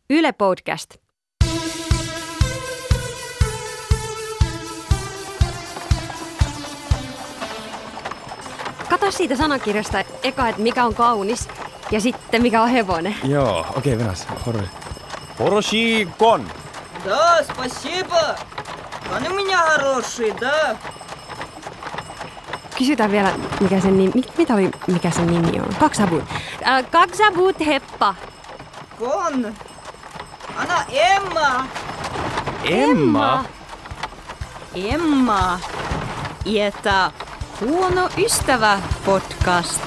Yle Podcast. Kato siitä sanakirjasta eka, että mikä on kaunis ja sitten mikä on hevonen. Joo, okei, Venäs. Хороший кон. Да, спасибо. Кони у меня хороший, да. Kysytään vielä, mikä sen nimi on? Kaksabut. Kaksabut heppa. Кон. Она Эмма. Emma? Emma. Ieta Huono ystävä podcast.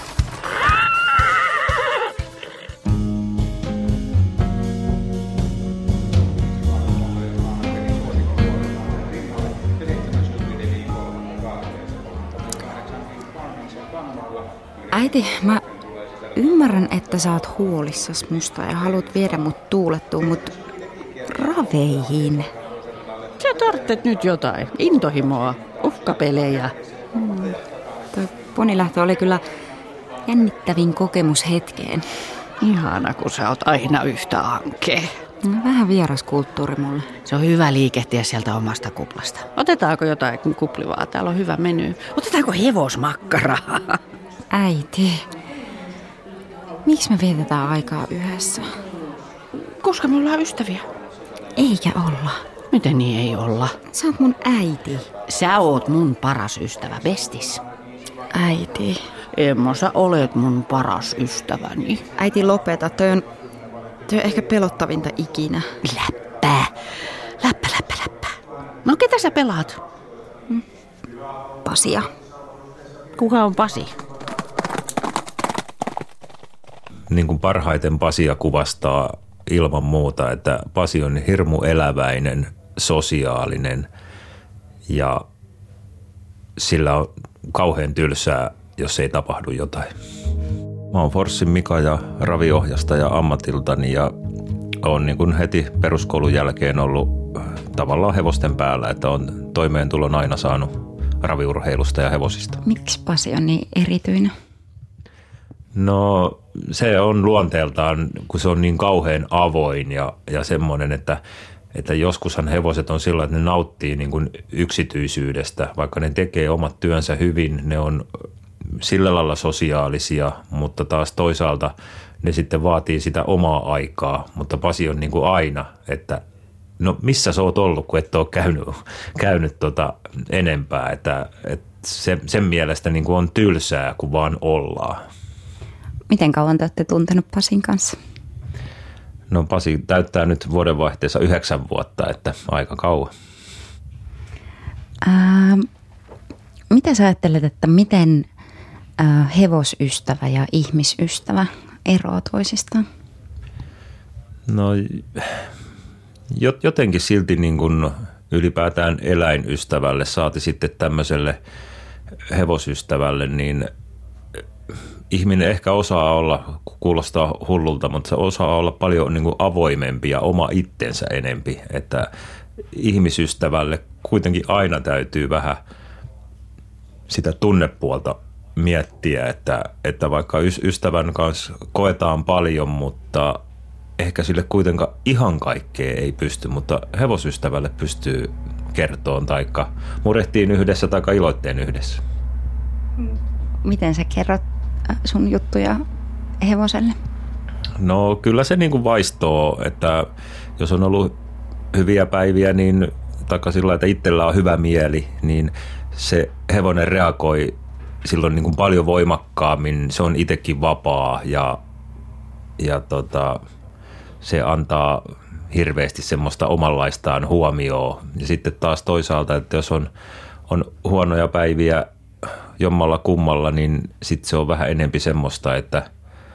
Äiti, mä ymmärrän, että sä oot huolissas musta ja haluat viedä mut tuulettuun, mut raveihin. Sä tarvitset nyt jotain. Intohimoa, uhkapelejä. Toi ponilähtö oli kyllä jännittävin kokemus hetkeen. Ihana, kun sä oot aina yhtä ankea. Vähän vieras kulttuuri mulle. Se on hyvä liikehtiä sieltä omasta kuplasta. Otetaanko jotain kuplivaa? Täällä on hyvä meny. Otetaanko hevosmakkaraa? Äiti, miksi me vietetään aikaa yhdessä? Koska me ollaan ystäviä. Eikä olla. Miten niin ei olla? Sä oot mun äiti. Sä oot mun paras ystävä, bestis. Äiti. Emma, sä olet mun paras ystäväni. Äiti, lopeta. Toi on ehkä pelottavinta ikinä. Läppää. Läppä. No ketä sä pelaat? Pasia. Kuka on Pasi? Niin kuin parhaiten Pasia kuvastaa ilman muuta, että Pasi on hirmu eläväinen, sosiaalinen ja sillä on kauhean tylsää, jos ei tapahdu jotain. Mä oon Forssin Mika ja raviohjastaja ammatiltani ja oon niin kuin heti peruskoulun jälkeen ollut tavallaan hevosten päällä, että on toimeentulon aina saanut raviurheilusta ja hevosista. Miksi Pasi on niin erityinen? No se on luonteeltaan, kun se on niin kauhean avoin ja semmoinen, että joskushan hevoset on sillä, että ne nauttii niin kuin yksityisyydestä, vaikka ne tekee omat työnsä hyvin, ne on sillä lailla sosiaalisia, mutta taas toisaalta ne sitten vaatii sitä omaa aikaa, mutta Pasi on niin kuin aina, että no missä sä oot ollut, kun et ole käynyt enempää, että sen mielestä niin kuin on tylsää, kun vaan ollaan. Miten kauan te olette tuntenut Pasin kanssa? No Pasi täyttää nyt vuodenvaihteessa 9 vuotta, että aika kauan. Mitä sä ajattelet, että miten hevosystävä ja ihmisystävä eroaa toisistaan? No jotenkin silti niin kuin ylipäätään eläinystävälle, saati sitten tämmöiselle hevosystävälle, niin ihminen ehkä osaa olla, kuulostaa hullulta, mutta se osaa olla paljon niin kuin avoimempi ja oma itsensä enempi, että ihmisystävälle kuitenkin aina täytyy vähän sitä tunnepuolta miettiä, että vaikka ystävän kanssa koetaan paljon, mutta ehkä sille kuitenkaan ihan kaikkea ei pysty, mutta hevosystävälle pystyy kertoon taikka murehtiin yhdessä taikka iloitteen yhdessä. Miten sä kerrot sun juttuja hevoselle? No kyllä se niin kuin vaistoo, että jos on ollut hyviä päiviä, niin taikka sillä, että itsellä on hyvä mieli, niin se hevonen reagoi silloin niin kuin paljon voimakkaammin. Se on itsekin vapaa ja se antaa hirveästi semmoista omanlaistaan huomioon. Ja sitten taas toisaalta, että jos on huonoja päiviä jommalla kummalla, niin sitten se on vähän enempi semmoista, että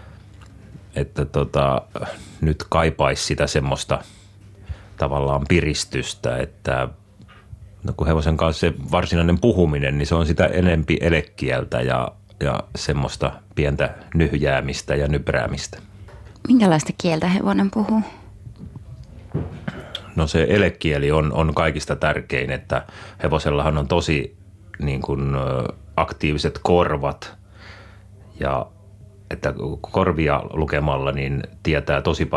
nyt kaipaisi sitä semmoista tavallaan piristystä, että no kun hevosen kanssa se varsinainen puhuminen, niin se on sitä enempi elekieltä ja semmoista pientä nyhjäämistä ja nypräämistä. Minkälaista kieltä hevonen puhuu? No se elekieli on kaikista tärkein, että hevosellahan on tosi niin kuin aktiiviset korvat ja että korvia lukemalla niin tietää tosi paljon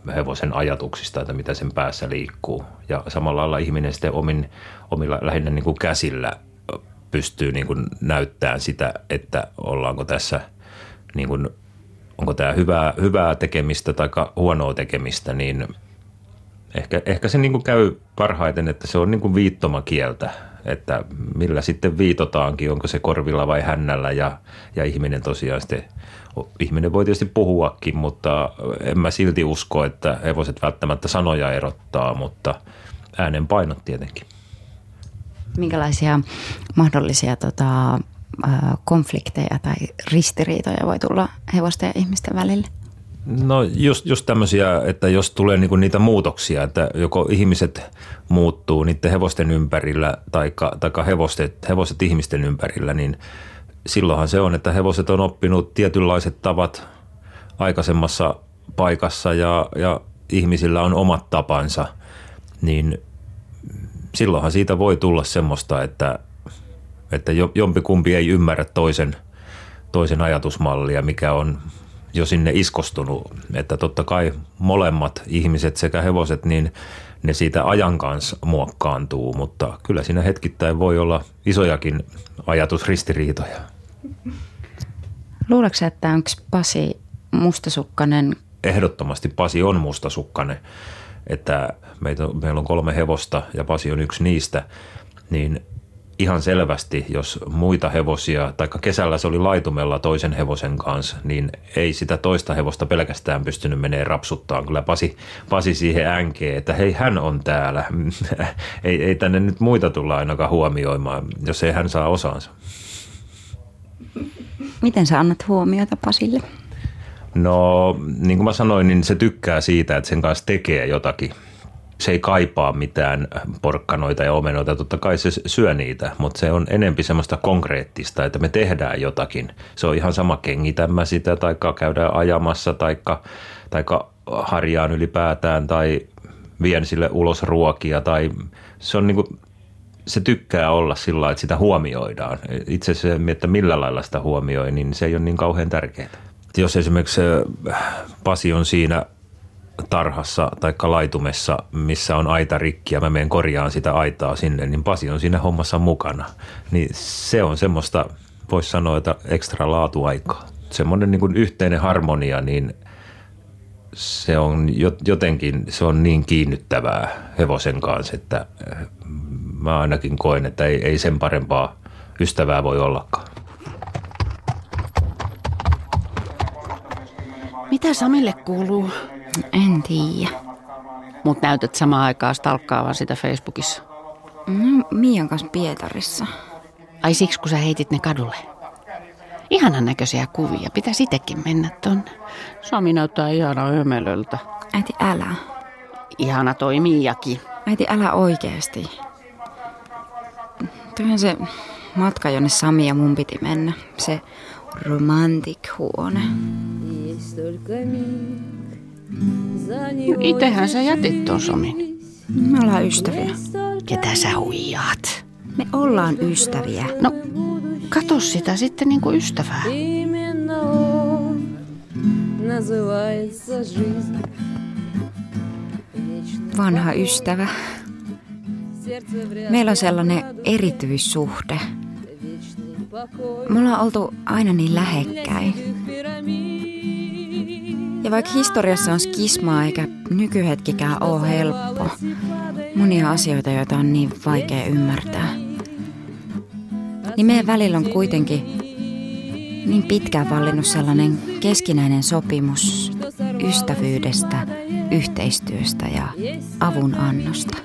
hevosen ajatuksista, että mitä sen päässä liikkuu. Ja samalla lailla ihminen sitten omilla lähinnä niin kuin käsillä pystyy niin kuin näyttämään sitä, että ollaanko tässä, niin kuin, onko tämä hyvää tekemistä tai huonoa tekemistä, niin ehkä se niin kuin käy parhaiten, että se on niin kuin viittomakieltä, että millä sitten viitotaankin, onko se korvilla vai hännällä ja ihminen tosiaan sitten, ihminen voi tietysti puhuakin, mutta en mä silti usko, että hevoset välttämättä sanoja erottaa, mutta äänen painot tietenkin. Minkälaisia mahdollisia konflikteja tai ristiriitoja voi tulla hevosten ja ihmisten välille? No just tämmöisiä, että jos tulee niinku niitä muutoksia, että joko ihmiset muuttuu niiden hevosten ympärillä tai hevoset ihmisten ympärillä, niin silloinhan se on, että hevoset on oppinut tietynlaiset tavat aikaisemmassa paikassa ja ihmisillä on omat tapansa, niin silloinhan siitä voi tulla semmoista, että jompikumpi ei ymmärrä toisen ajatusmallia, mikä on jo sinne iskostunut, että totta kai molemmat ihmiset sekä hevoset, niin ne siitä ajan kanssa muokkaantuu, mutta kyllä siinä hetkittäin voi olla isojakin ajatusristiriitoja. Luuletko sä, että onko Pasi mustasukkainen? Ehdottomasti Pasi on mustasukkainen, että meillä on 3 hevosta ja Pasi on yksi niistä, niin ihan selvästi, jos muita hevosia, tai kesällä se oli laitumella toisen hevosen kanssa, niin ei sitä toista hevosta pelkästään pystynyt menee rapsuttaan. Kyllä Pasi siihen änkee, että hei, hän on täällä. ei tänne nyt muita tulla ainakaan huomioimaan, jos ei hän saa osaansa. Miten sä annat huomiota Pasille? No, niin kuin mä sanoin, niin se tykkää siitä, että sen kanssa tekee jotakin. Se ei kaipaa mitään porkkanoita ja omenoita, totta kai se syö niitä, mutta se on enempi semmoista konkreettista, että me tehdään jotakin. Se on ihan sama, kengitämme sitä tai käydään ajamassa tai harjaan ylipäätään tai vien sille ulos ruokia. Tai se on niinku, se tykkää olla sillä lailla, että sitä huomioidaan. Itse se, että millä lailla sitä huomioi, niin se ei ole niin kauhean tärkeää. Jos esimerkiksi Pasi on siinä tarhassa tai laitumessa, missä on aita rikki ja mä menen korjaan sitä aitaa sinne, niin Pasi on siinä hommassa mukana. Niin se on semmoista, voisi sanoa, että ekstra laatuaikaa. Semmoinen niin kuin yhteinen harmonia, niin se on jotenkin, se on niin kiinnyttävää hevosen kanssa, että mä ainakin koen, että ei sen parempaa ystävää voi ollakaan. Mitä Samille kuuluu? En tiedä. Mut näytät samaan aikaan stalkkaavan sitä Facebookissa. No, Mian kanssa Pietarissa. Ai siksi, kun sä heitit ne kadulle. Ihanan näköisiä kuvia. Pitäisi itsekin mennä tonne. Sami näyttää ihana ömelöltä. Äiti, älä. Ihana toi Miakin. Äiti, älä oikeasti. Toihan se matka, jonne Sami ja mun piti mennä. Se romantic-huone. Itehän sä jätit ton Samin. Me ollaan ystäviä. Ketä sä huijaat? Me ollaan ystäviä. No, kato sitä sitten niinku ystävää. Vanha ystävä. Meillä on sellainen erityissuhde. Me ollaan oltu aina niin lähekkäin. Ja vaikka historiassa on skismaa eikä nykyhetkikään ole helppo, monia asioita, joita on niin vaikea ymmärtää, niin meidän välillä on kuitenkin niin pitkään vallinnut sellainen keskinäinen sopimus ystävyydestä, yhteistyöstä ja avunannosta.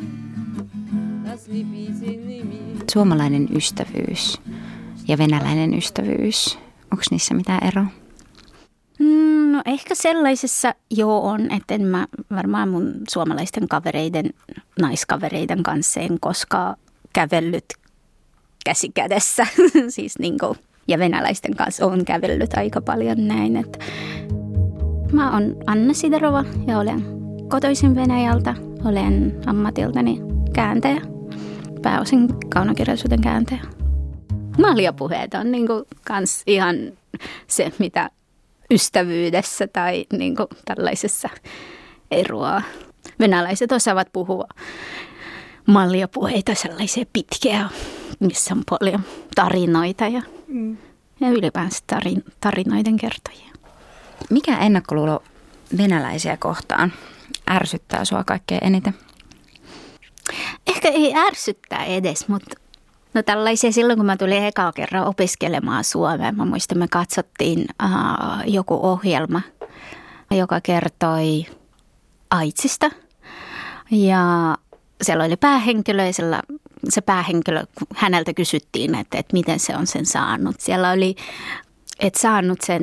Suomalainen ystävyys ja venäläinen ystävyys, onko niissä mitään eroa? No ehkä sellaisessa on, että en mä varmaan mun suomalaisten naiskavereiden kanssa en koskaan kävellyt käsi kädessä. Siis niinku, ja venäläisten kanssa on kävellyt aika paljon näin. Että mä oon Anna Siderova ja olen kotoisin Venäjältä. Olen ammatiltani kääntäjä, pääosin kaunokirjallisuuden kääntäjä. Maljapuheet on niinku kans ihan se, mitä ystävyydessä tai niinku tällaisessa eroaa. Venäläiset osaavat puhua maljapuheita, sellaisia pitkiä, missä on paljon tarinoita ja ylipäänsä tarinoiden kertojia. Mikä ennakkoluulo venäläisiä kohtaan ärsyttää sua kaikkein eniten? Ehkä ei ärsyttää edes, mutta no tällaisia silloin, kun mä tulin ekaa kerran opiskelemaan Suomeen, mä muistan, me katsottiin joku ohjelma, joka kertoi AIDSista. Ja siellä oli päähenkilö ja se päähenkilö, häneltä kysyttiin, että miten se on sen saanut. Siellä oli, että saanut sen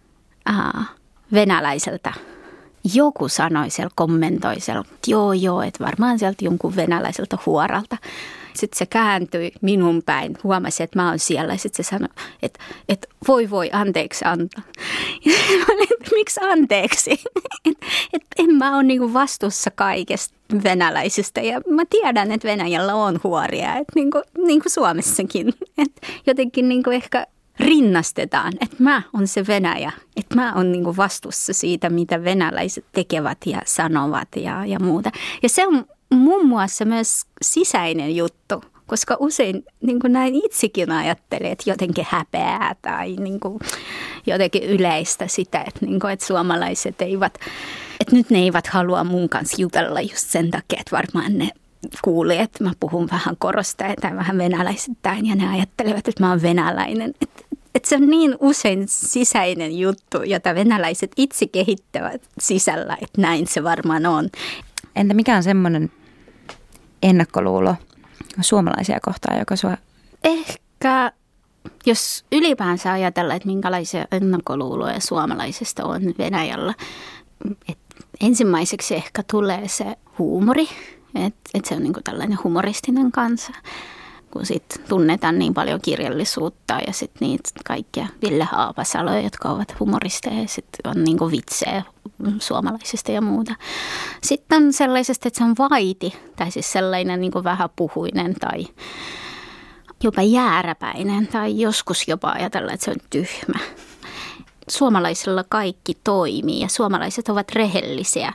venäläiseltä. Joku sanoi siellä, kommentoi siellä, että joo, että varmaan sieltä jonkun venäläiseltä huoralta. Sitten se kääntyi minun päin, huomasi, että mä oon siellä. Sitten se sanoi, että voi, anteeksi antaa. Ja mä olin, että miksi anteeksi? Että en mä ole niinku vastuussa kaikesta venäläisistä. Ja mä tiedän, että Venäjällä on huoria, että niin kuin Suomessakin. Että jotenkin niinku ehkä rinnastetaan, että mä on se Venäjä. Että mä oon niinku vastuussa siitä, mitä venäläiset tekevät ja sanovat ja muuta. Ja se on muun muassa myös sisäinen juttu, koska usein niin kuin näin itsekin ajattelee, että jotenkin häpeää tai niin kuin jotenkin yleistä sitä, että, niin kuin, että suomalaiset eivät, että nyt ne eivät halua mun kanssa jutella just sen takia, että varmaan ne kuulee, että mä puhun vähän korosta tai vähän venäläisittäin ja ne ajattelevat, että mä oon venäläinen. Että se on niin usein sisäinen juttu, jota venäläiset itse kehittävät sisällä, että näin se varmaan on. Entä mikä on semmoinen ennakkoluulo suomalaisia kohtaan, joka sua... Ehkä, jos ylipäänsä ajatellaan, että minkälaisia ennakkoluuloja suomalaisista on Venäjällä. Ensimmäiseksi ehkä tulee se huumori, että se on niin kuin tällainen humoristinen kansa. Kun sitten tunnetaan niin paljon kirjallisuutta ja sitten niitä kaikkia Ville Haapasaloja, jotka ovat humoristeja ja sitten on niin kuin vitsejä suomalaisista ja muuta. Sitten on sellaisesta, että se on vaiti tai siis sellainen niin kuin vähäpuhuinen tai jopa jääräpäinen tai joskus jopa ajatellaan, että se on tyhmä. Suomalaisilla kaikki toimii ja suomalaiset ovat rehellisiä.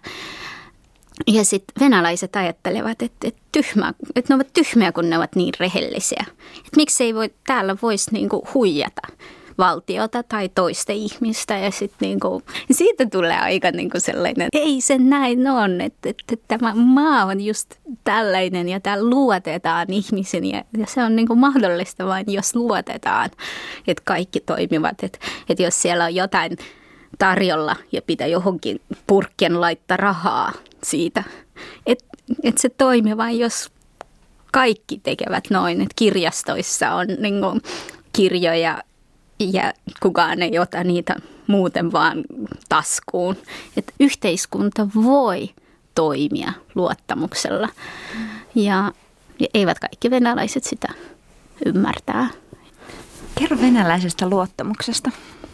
Ja sitten venäläiset ajattelevat, että ne ovat tyhmiä, kun ne ovat niin rehellisiä. Että miksi ei täällä voisi niinku huijata valtiota tai toista ihmistä. Ja sitten niinku, siitä tulee aika niinku sellainen, että ei se näin on, että tämä maa on just tällainen ja täällä luotetaan ihmisiin. Ja se on niinku mahdollista vain, jos luotetaan, että kaikki toimivat. Että jos siellä on jotain tarjolla ja pitää johonkin purkkien laittaa rahaa siitä. Että se toimii vain, jos kaikki tekevät noin. Että kirjastoissa on niin kuin kirjoja ja kukaan ei ota niitä muuten vaan taskuun. Että yhteiskunta voi toimia luottamuksella. Ja eivät kaikki venäläiset sitä ymmärtää. Kerro venäläisestä luottamuksesta.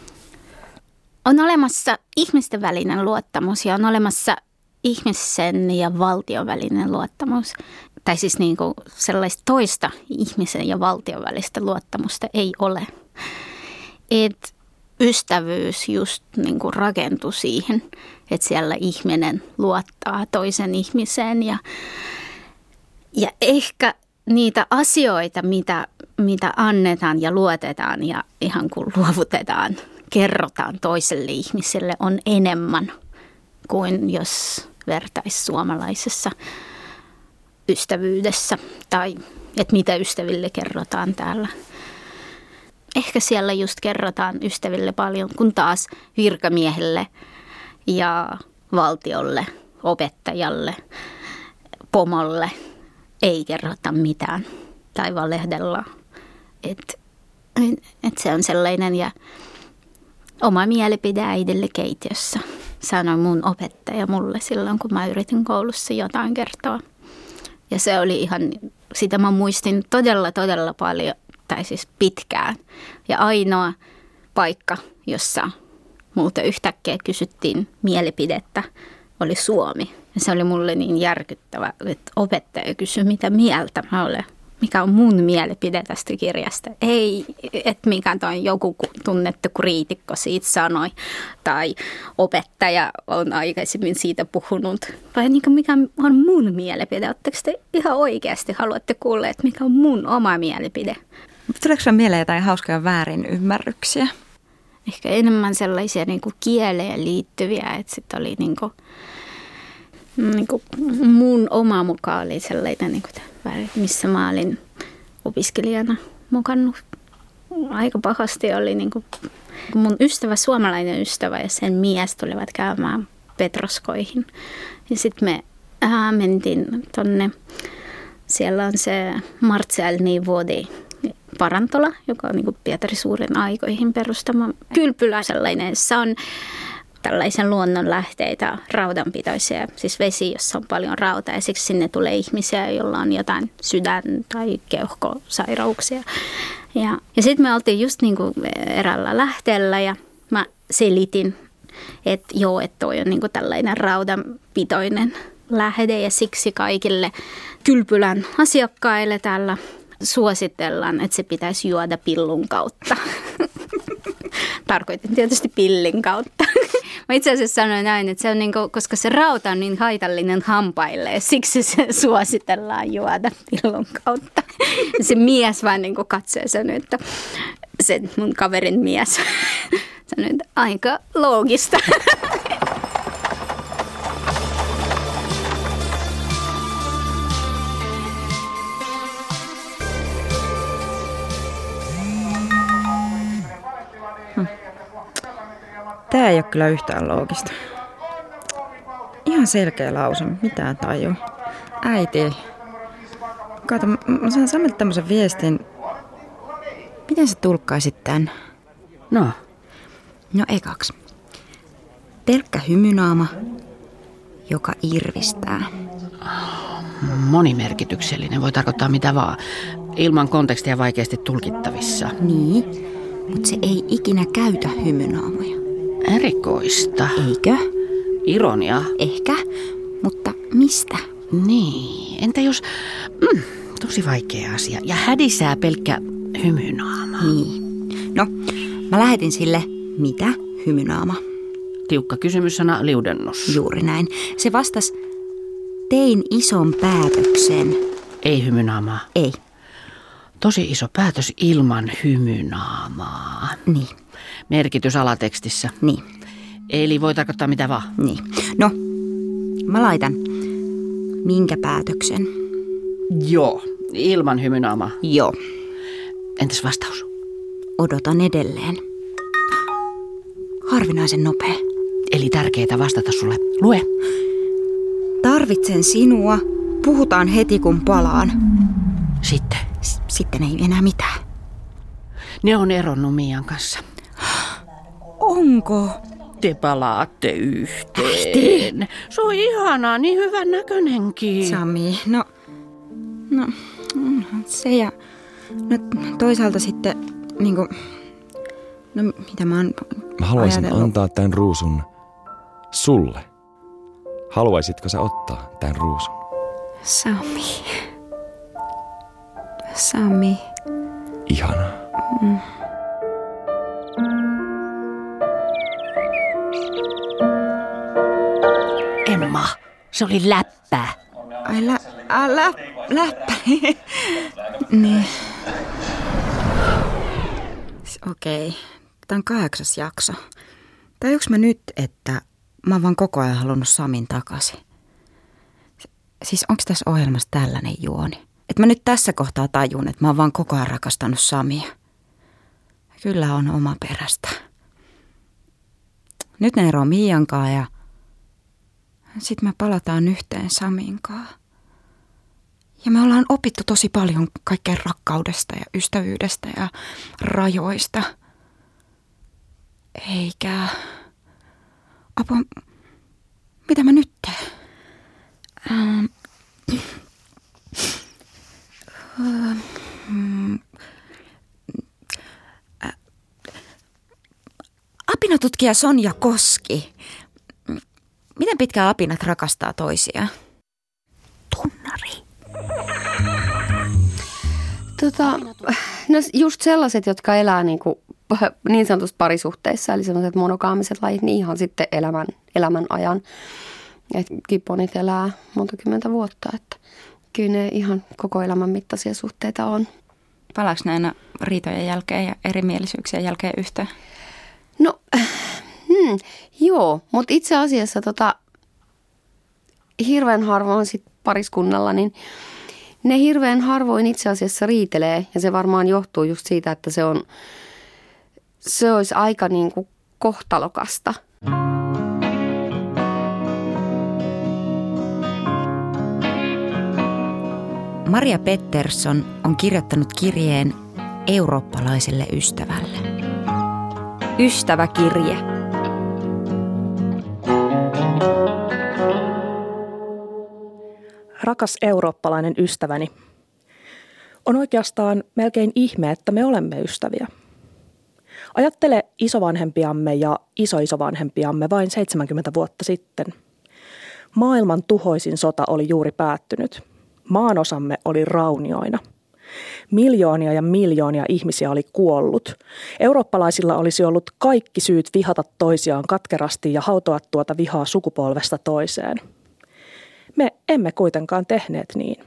On olemassa ihmisten välinen luottamus ja on olemassa ihmisen ja valtion välinen luottamus. Tai siis niin kuin sellaista toista ihmisen ja valtion välistä luottamusta ei ole. Et ystävyys just niin kuin rakentui siihen, että siellä ihminen luottaa toisen ihmiseen. Ja ehkä niitä asioita, mitä annetaan ja luotetaan ja ihan kun luovutetaan, kerrotaan toiselle ihmiselle on enemmän kuin jos vertaisi suomalaisessa ystävyydessä tai että mitä ystäville kerrotaan täällä. Ehkä siellä just kerrotaan ystäville paljon, kun taas virkamiehelle ja valtiolle, opettajalle, pomolle ei kerrota mitään tai valehdellaan. Että se on sellainen ja oma mielipide äidille keittiössä, sanoi mun opettaja mulle silloin, kun mä yritin koulussa jotain kertoa. Ja se oli ihan, sitä mä muistin todella paljon, tai siis pitkään. Ja ainoa paikka, jossa multa yhtäkkiä kysyttiin mielipidettä, oli Suomi. Ja se oli mulle niin järkyttävä, että opettaja kysyi, mitä mieltä mä olen mikä on mun mielipide tästä kirjasta. Ei, että mikä toi joku tunnettu kriitikko siitä sanoi tai opettaja on aikaisemmin siitä puhunut. Vai niin kuin mikä on mun mielipide. Oletteko te ihan oikeasti haluatte kuulla, että mikä on mun oma mielipide? Tuleeko sinulle mieleen jotain hauskoja väärinymmärryksiä? Ehkä enemmän sellaisia niin kuin kieleen liittyviä, että sitten oli niin kuin mun oma mukaan oli sellainen, niin kuin, missä mä olin opiskelijana mukannut. Aika pahasti oli niin kuin, mun ystävä, suomalainen ystävä ja sen mies tulivat käymään Petroskoihin. Ja sitten me mentiin tonne, siellä on se Marcelni Vodi parantola, joka on niin kuin Pietarin suuren aikoihin perustama kylpylä sellainen. Se on tällaisen luonnonlähteitä, raudanpitoisia, siis vesi, jossa on paljon rautaa ja siksi sinne tulee ihmisiä, joilla on jotain sydän- tai keuhkosairauksia. Ja sitten me oltiin just niin kuin eräällä lähteellä ja mä selitin, että joo, että toi on niin kuin tällainen raudanpitoinen lähde ja siksi kaikille kylpylän asiakkaille täällä suositellaan, että se pitäisi juoda pillun kautta. Tarkoitin tietysti pillin kautta. Mä itse asiassa sanoin näin, että se on niin kuin, koska se rauta on niin haitallinen hampaille, siksi se suositellaan juoda pillun kautta. Ja se mies vaan niin kuin katsoo sen, että se mun kaverin mies sanoi, että aika loogista. Tää ei ole kyllä yhtään loogista. Ihan selkeä lause, mitään tajua. Äiti. Kato, mä saan samalta tämmöisen viestin. Miten sä tulkkaisit tän? No ekaksi. Pelkkä hymynaama, joka irvistää. Monimerkityksellinen, voi tarkoittaa mitä vaan. Ilman kontekstia vaikeasti tulkittavissa. Niin, mutta se ei ikinä käytä hymynaamoja. Erikoista. Eikö? Ironia. Ehkä, mutta mistä? Niin, entä jos... tosi vaikea asia. Ja hädisää pelkkä hymynaama. Niin. No, mä lähetin sille, mitä hymynaama? Tiukka kysymyssana, liudennus. Juuri näin. Se vastasi, tein ison päätöksen. Ei hymynaamaa. Ei. Tosi iso päätös ilman hymynaamaa. Niin. Merkitys alatekstissä. Niin. Eli voi tarkoittaa mitä vaan. Niin. No, mä laitan. Minkä päätöksen? Joo. Ilman hymynaamaa. Joo. Entäs vastaus? Odotan edelleen. Harvinaisen nopea. Eli tärkeää vastata sulle. Lue. Tarvitsen sinua. Puhutaan heti kun palaan. Sitten. Sitten ei enää mitään. Ne on eronnut Mian kanssa. Onko? Te palaatte yhteen. Se on ihanaa, niin hyvän näköinenkin. Sami, no se ja no, toisaalta sitten niinku, no mitä mä oon Mä haluaisin ajatellut. antaa tämän ruusun sulle. Haluaisitko sä ottaa tämän ruusun? Sami. Ihanaa. Emma, se oli läppä. Ai läppä. Niin. Okei. Tämä on 8. jakso. Tajuuks mä nyt, että mä oon vaan koko ajan halunnut Samin takaisin? Siis onko tässä ohjelmassa tällainen juoni? Että mä nyt tässä kohtaa tajun, että mä oon vaan koko ajan rakastanut Samia. Kyllä on oma perästä. Nyt ne eroo Miankaa ja sitten me palataan yhteen Saminkaan. Ja me ollaan opittu tosi paljon kaikkea rakkaudesta ja ystävyydestä ja rajoista. Eikä... Apua, mitä mä nyt teen? Apinatutkija Sonja Koski. Miten pitkään apinat rakastaa toisiaan? Tunnari. No just sellaiset, jotka elää niin sanotusti parisuhteissa, eli sellaiset monogaamiset lajit, niin ihan sitten elämän ajan. Et gibbonit elää monta kymmentä vuotta, että kyllä ne ihan koko elämän mittaisia suhteita on. Palaako ne aina riitojen jälkeen ja erimielisyyksien jälkeen yhteen? No, joo, mutta itse asiassa hirveän harvoin sit pariskunnalla, niin ne hirveän harvoin itse asiassa riitelee. Ja se varmaan johtuu just siitä, että se olisi aika niin kuin kohtalokasta. Maria Pettersson on kirjoittanut kirjeen eurooppalaiselle ystävälle. Ystäväkirje. Rakas eurooppalainen ystäväni, on oikeastaan melkein ihme, että me olemme ystäviä. Ajattele isovanhempiamme ja isoisovanhempiamme vain 70 vuotta sitten. Maailman tuhoisin sota oli juuri päättynyt. Maanosamme oli raunioina. Miljoonia ja miljoonia ihmisiä oli kuollut. Eurooppalaisilla olisi ollut kaikki syyt vihata toisiaan katkerasti ja hautoa tuota vihaa sukupolvesta toiseen. Me emme kuitenkaan tehneet niin.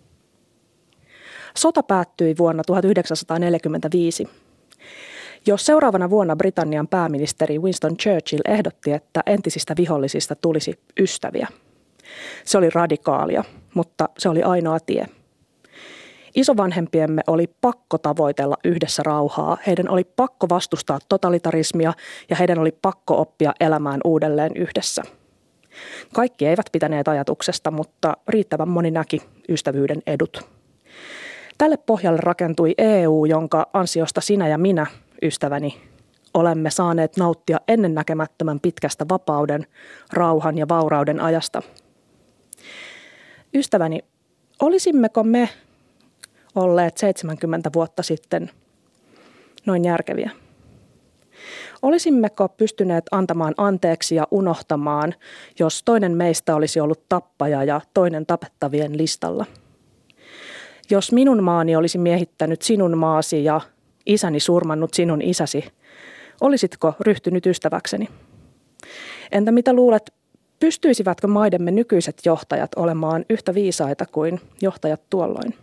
Sota päättyi vuonna 1945. Jos seuraavana vuonna Britannian pääministeri Winston Churchill ehdotti, että entisistä vihollisista tulisi ystäviä. Se oli radikaalia, mutta se oli ainoa tie. Isovanhempiemme oli pakko tavoitella yhdessä rauhaa, heidän oli pakko vastustaa totalitarismia ja heidän oli pakko oppia elämään uudelleen yhdessä. Kaikki eivät pitäneet ajatuksesta, mutta riittävän moni näki ystävyyden edut. Tälle pohjalle rakentui EU, jonka ansiosta sinä ja minä, ystäväni, olemme saaneet nauttia ennennäkemättömän pitkästä vapauden, rauhan ja vaurauden ajasta. Ystäväni, olisimmeko me olleet 70 vuotta sitten noin järkeviä? Olisimmeko pystyneet antamaan anteeksi ja unohtamaan, jos toinen meistä olisi ollut tappaja ja toinen tapettavien listalla? Jos minun maani olisi miehittänyt sinun maasi ja isäni surmannut sinun isäsi, olisitko ryhtynyt ystäväkseni? Entä mitä luulet, pystyisivätkö maidemme nykyiset johtajat olemaan yhtä viisaita kuin johtajat tuolloin?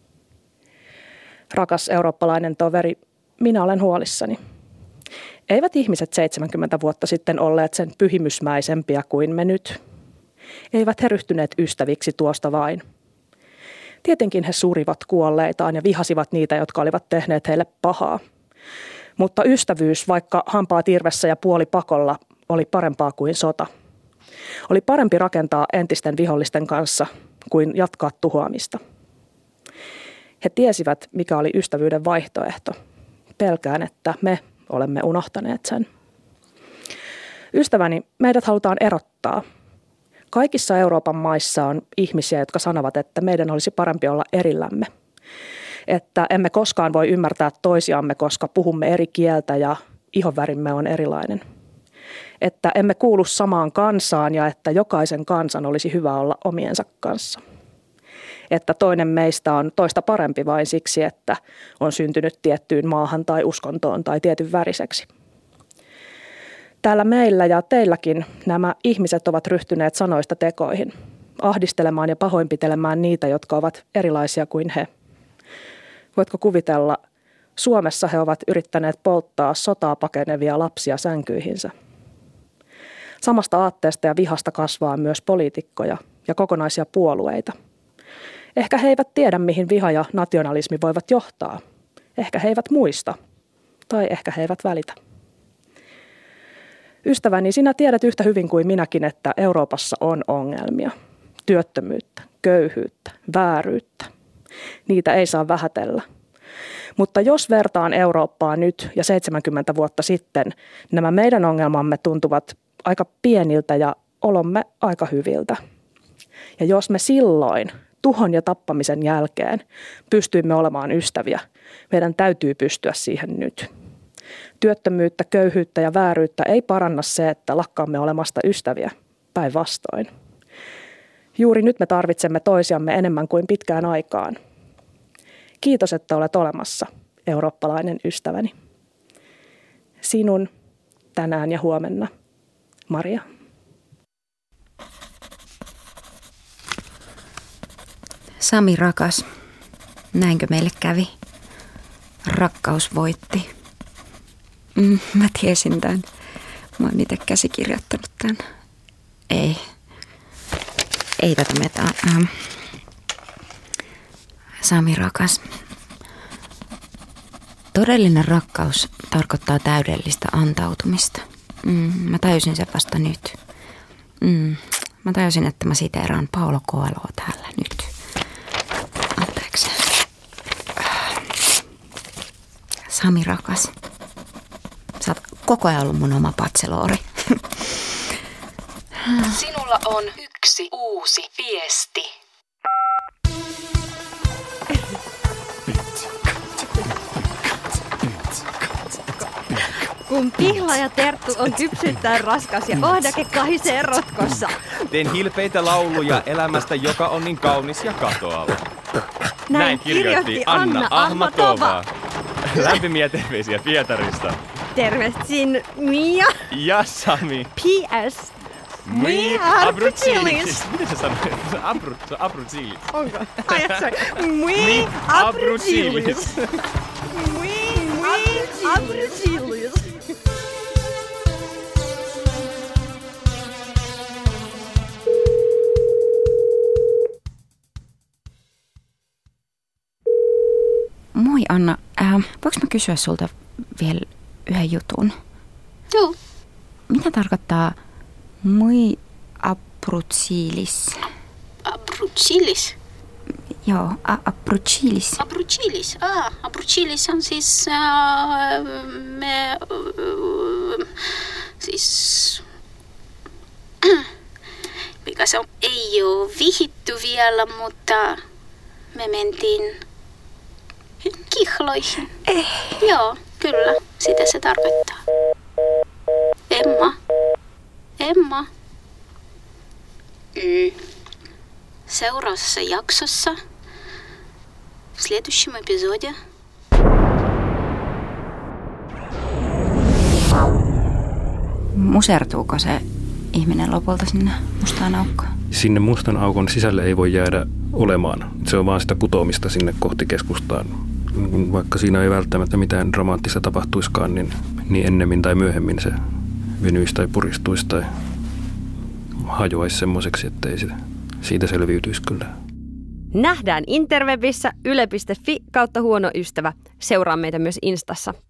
Rakas eurooppalainen toveri, minä olen huolissani. Eivät ihmiset 70 vuotta sitten olleet sen pyhimysmäisempiä kuin me nyt. Eivät he ryhtyneet ystäviksi tuosta vain. Tietenkin he surivat kuolleitaan ja vihasivat niitä, jotka olivat tehneet heille pahaa. Mutta ystävyys, vaikka hampaat irvessä ja puoli pakolla, oli parempaa kuin sota. Oli parempi rakentaa entisten vihollisten kanssa kuin jatkaa tuhoamista. He tiesivät, mikä oli ystävyyden vaihtoehto. Pelkään, että me olemme unohtaneet sen. Ystäväni, meidät halutaan erottaa. Kaikissa Euroopan maissa on ihmisiä, jotka sanovat, että meidän olisi parempi olla erillämme. Että emme koskaan voi ymmärtää toisiamme, koska puhumme eri kieltä ja ihonvärimme on erilainen. Että emme kuulu samaan kansaan ja että jokaisen kansan olisi hyvä olla omiensa kanssa. Että toinen meistä on toista parempi vain siksi, että on syntynyt tiettyyn maahan tai uskontoon tai tietyn väriseksi. Täällä meillä ja teilläkin nämä ihmiset ovat ryhtyneet sanoista tekoihin, ahdistelemaan ja pahoinpitelemään niitä, jotka ovat erilaisia kuin he. Voitko kuvitella, Suomessa he ovat yrittäneet polttaa sotaa pakenevia lapsia sänkyihinsä. Samasta aatteesta ja vihasta kasvaa myös poliitikkoja ja kokonaisia puolueita. Ehkä he eivät tiedä, mihin viha ja nationalismi voivat johtaa. Ehkä he eivät muista. Tai ehkä he eivät välitä. Ystäväni, sinä tiedät yhtä hyvin kuin minäkin, että Euroopassa on ongelmia. Työttömyyttä, köyhyyttä, vääryyttä. Niitä ei saa vähätellä. Mutta jos vertaan Eurooppaa nyt ja 70 vuotta sitten, nämä meidän ongelmamme tuntuvat aika pieniltä ja olomme aika hyviltä. Ja jos me silloin tuhon ja tappamisen jälkeen pystyimme olemaan ystäviä, meidän täytyy pystyä siihen nyt. Työttömyyttä, köyhyyttä ja vääryyttä ei paranna se, että lakkaamme olemasta ystäviä, päinvastoin. Juuri nyt me tarvitsemme toisiamme enemmän kuin pitkään aikaan. Kiitos, että olet olemassa, eurooppalainen ystäväni. Sinun tänään ja huomenna, Maria. Sami rakas, näinkö meille kävi? Rakkaus voitti. Mä tiesin tämän. Mä oon itse käsikirjoittanut tämän. Ei tätä metaa. Sami rakas. Todellinen rakkaus tarkoittaa täydellistä antautumista. Mä tajusin sen vasta nyt. Mä tajusin, että mä siteeraan Paulo Coelhoa täällä nyt. Anteeksi. Sami rakas. Sä oot koko ajan ollut mun oma patseloori. Sinulla on 1 uusi viesti. Kun Pihla ja Terttu on kypsyttäen raskas ja ohdake kahisee rotkossa. Teen hilpeitä lauluja elämästä, joka on niin kaunis ja katoava. Näin kirjoitti Anna Ahmatova. Lämpimiä terveisiä Pietarista. Tervehdin Mia Ja Sami. P.S. We Abrucilis. Miten sä sanoit? Abrucilis. Onko? We Abrucilis. We Abrucilis. Moi Anna, voinko mä kysyä sulta vielä yhden jutun? Joo. Mitä tarkoittaa moi abrucilis? Abrucilis? Joo, abrucilis. Abrucilis, abrucilis on siis, mikä se on, ei ole vihitty vielä, mutta me mentiin kihloihin. Joo, kyllä, sitä se tarkoittaa. Emma. Seuraavassa jaksossa, в следующем эпизоде. Musertuuko se ihminen lopulta sinne mustaan aukkoon? Sinne mustan aukon sisälle ei voi jäädä olemaan. Se on vaan sitä putoamista sinne kohti keskustaan. Vaikka siinä ei välttämättä mitään dramaattista tapahtuiskaan, niin ennemmin tai myöhemmin se venyisi tai puristuisi tai hajoaisi semmoiseksi, ettei siitä selviytyisi kyllä. Nähdään interwebissä yle.fi/huono ystävä. Seuraa meitä myös Instassa.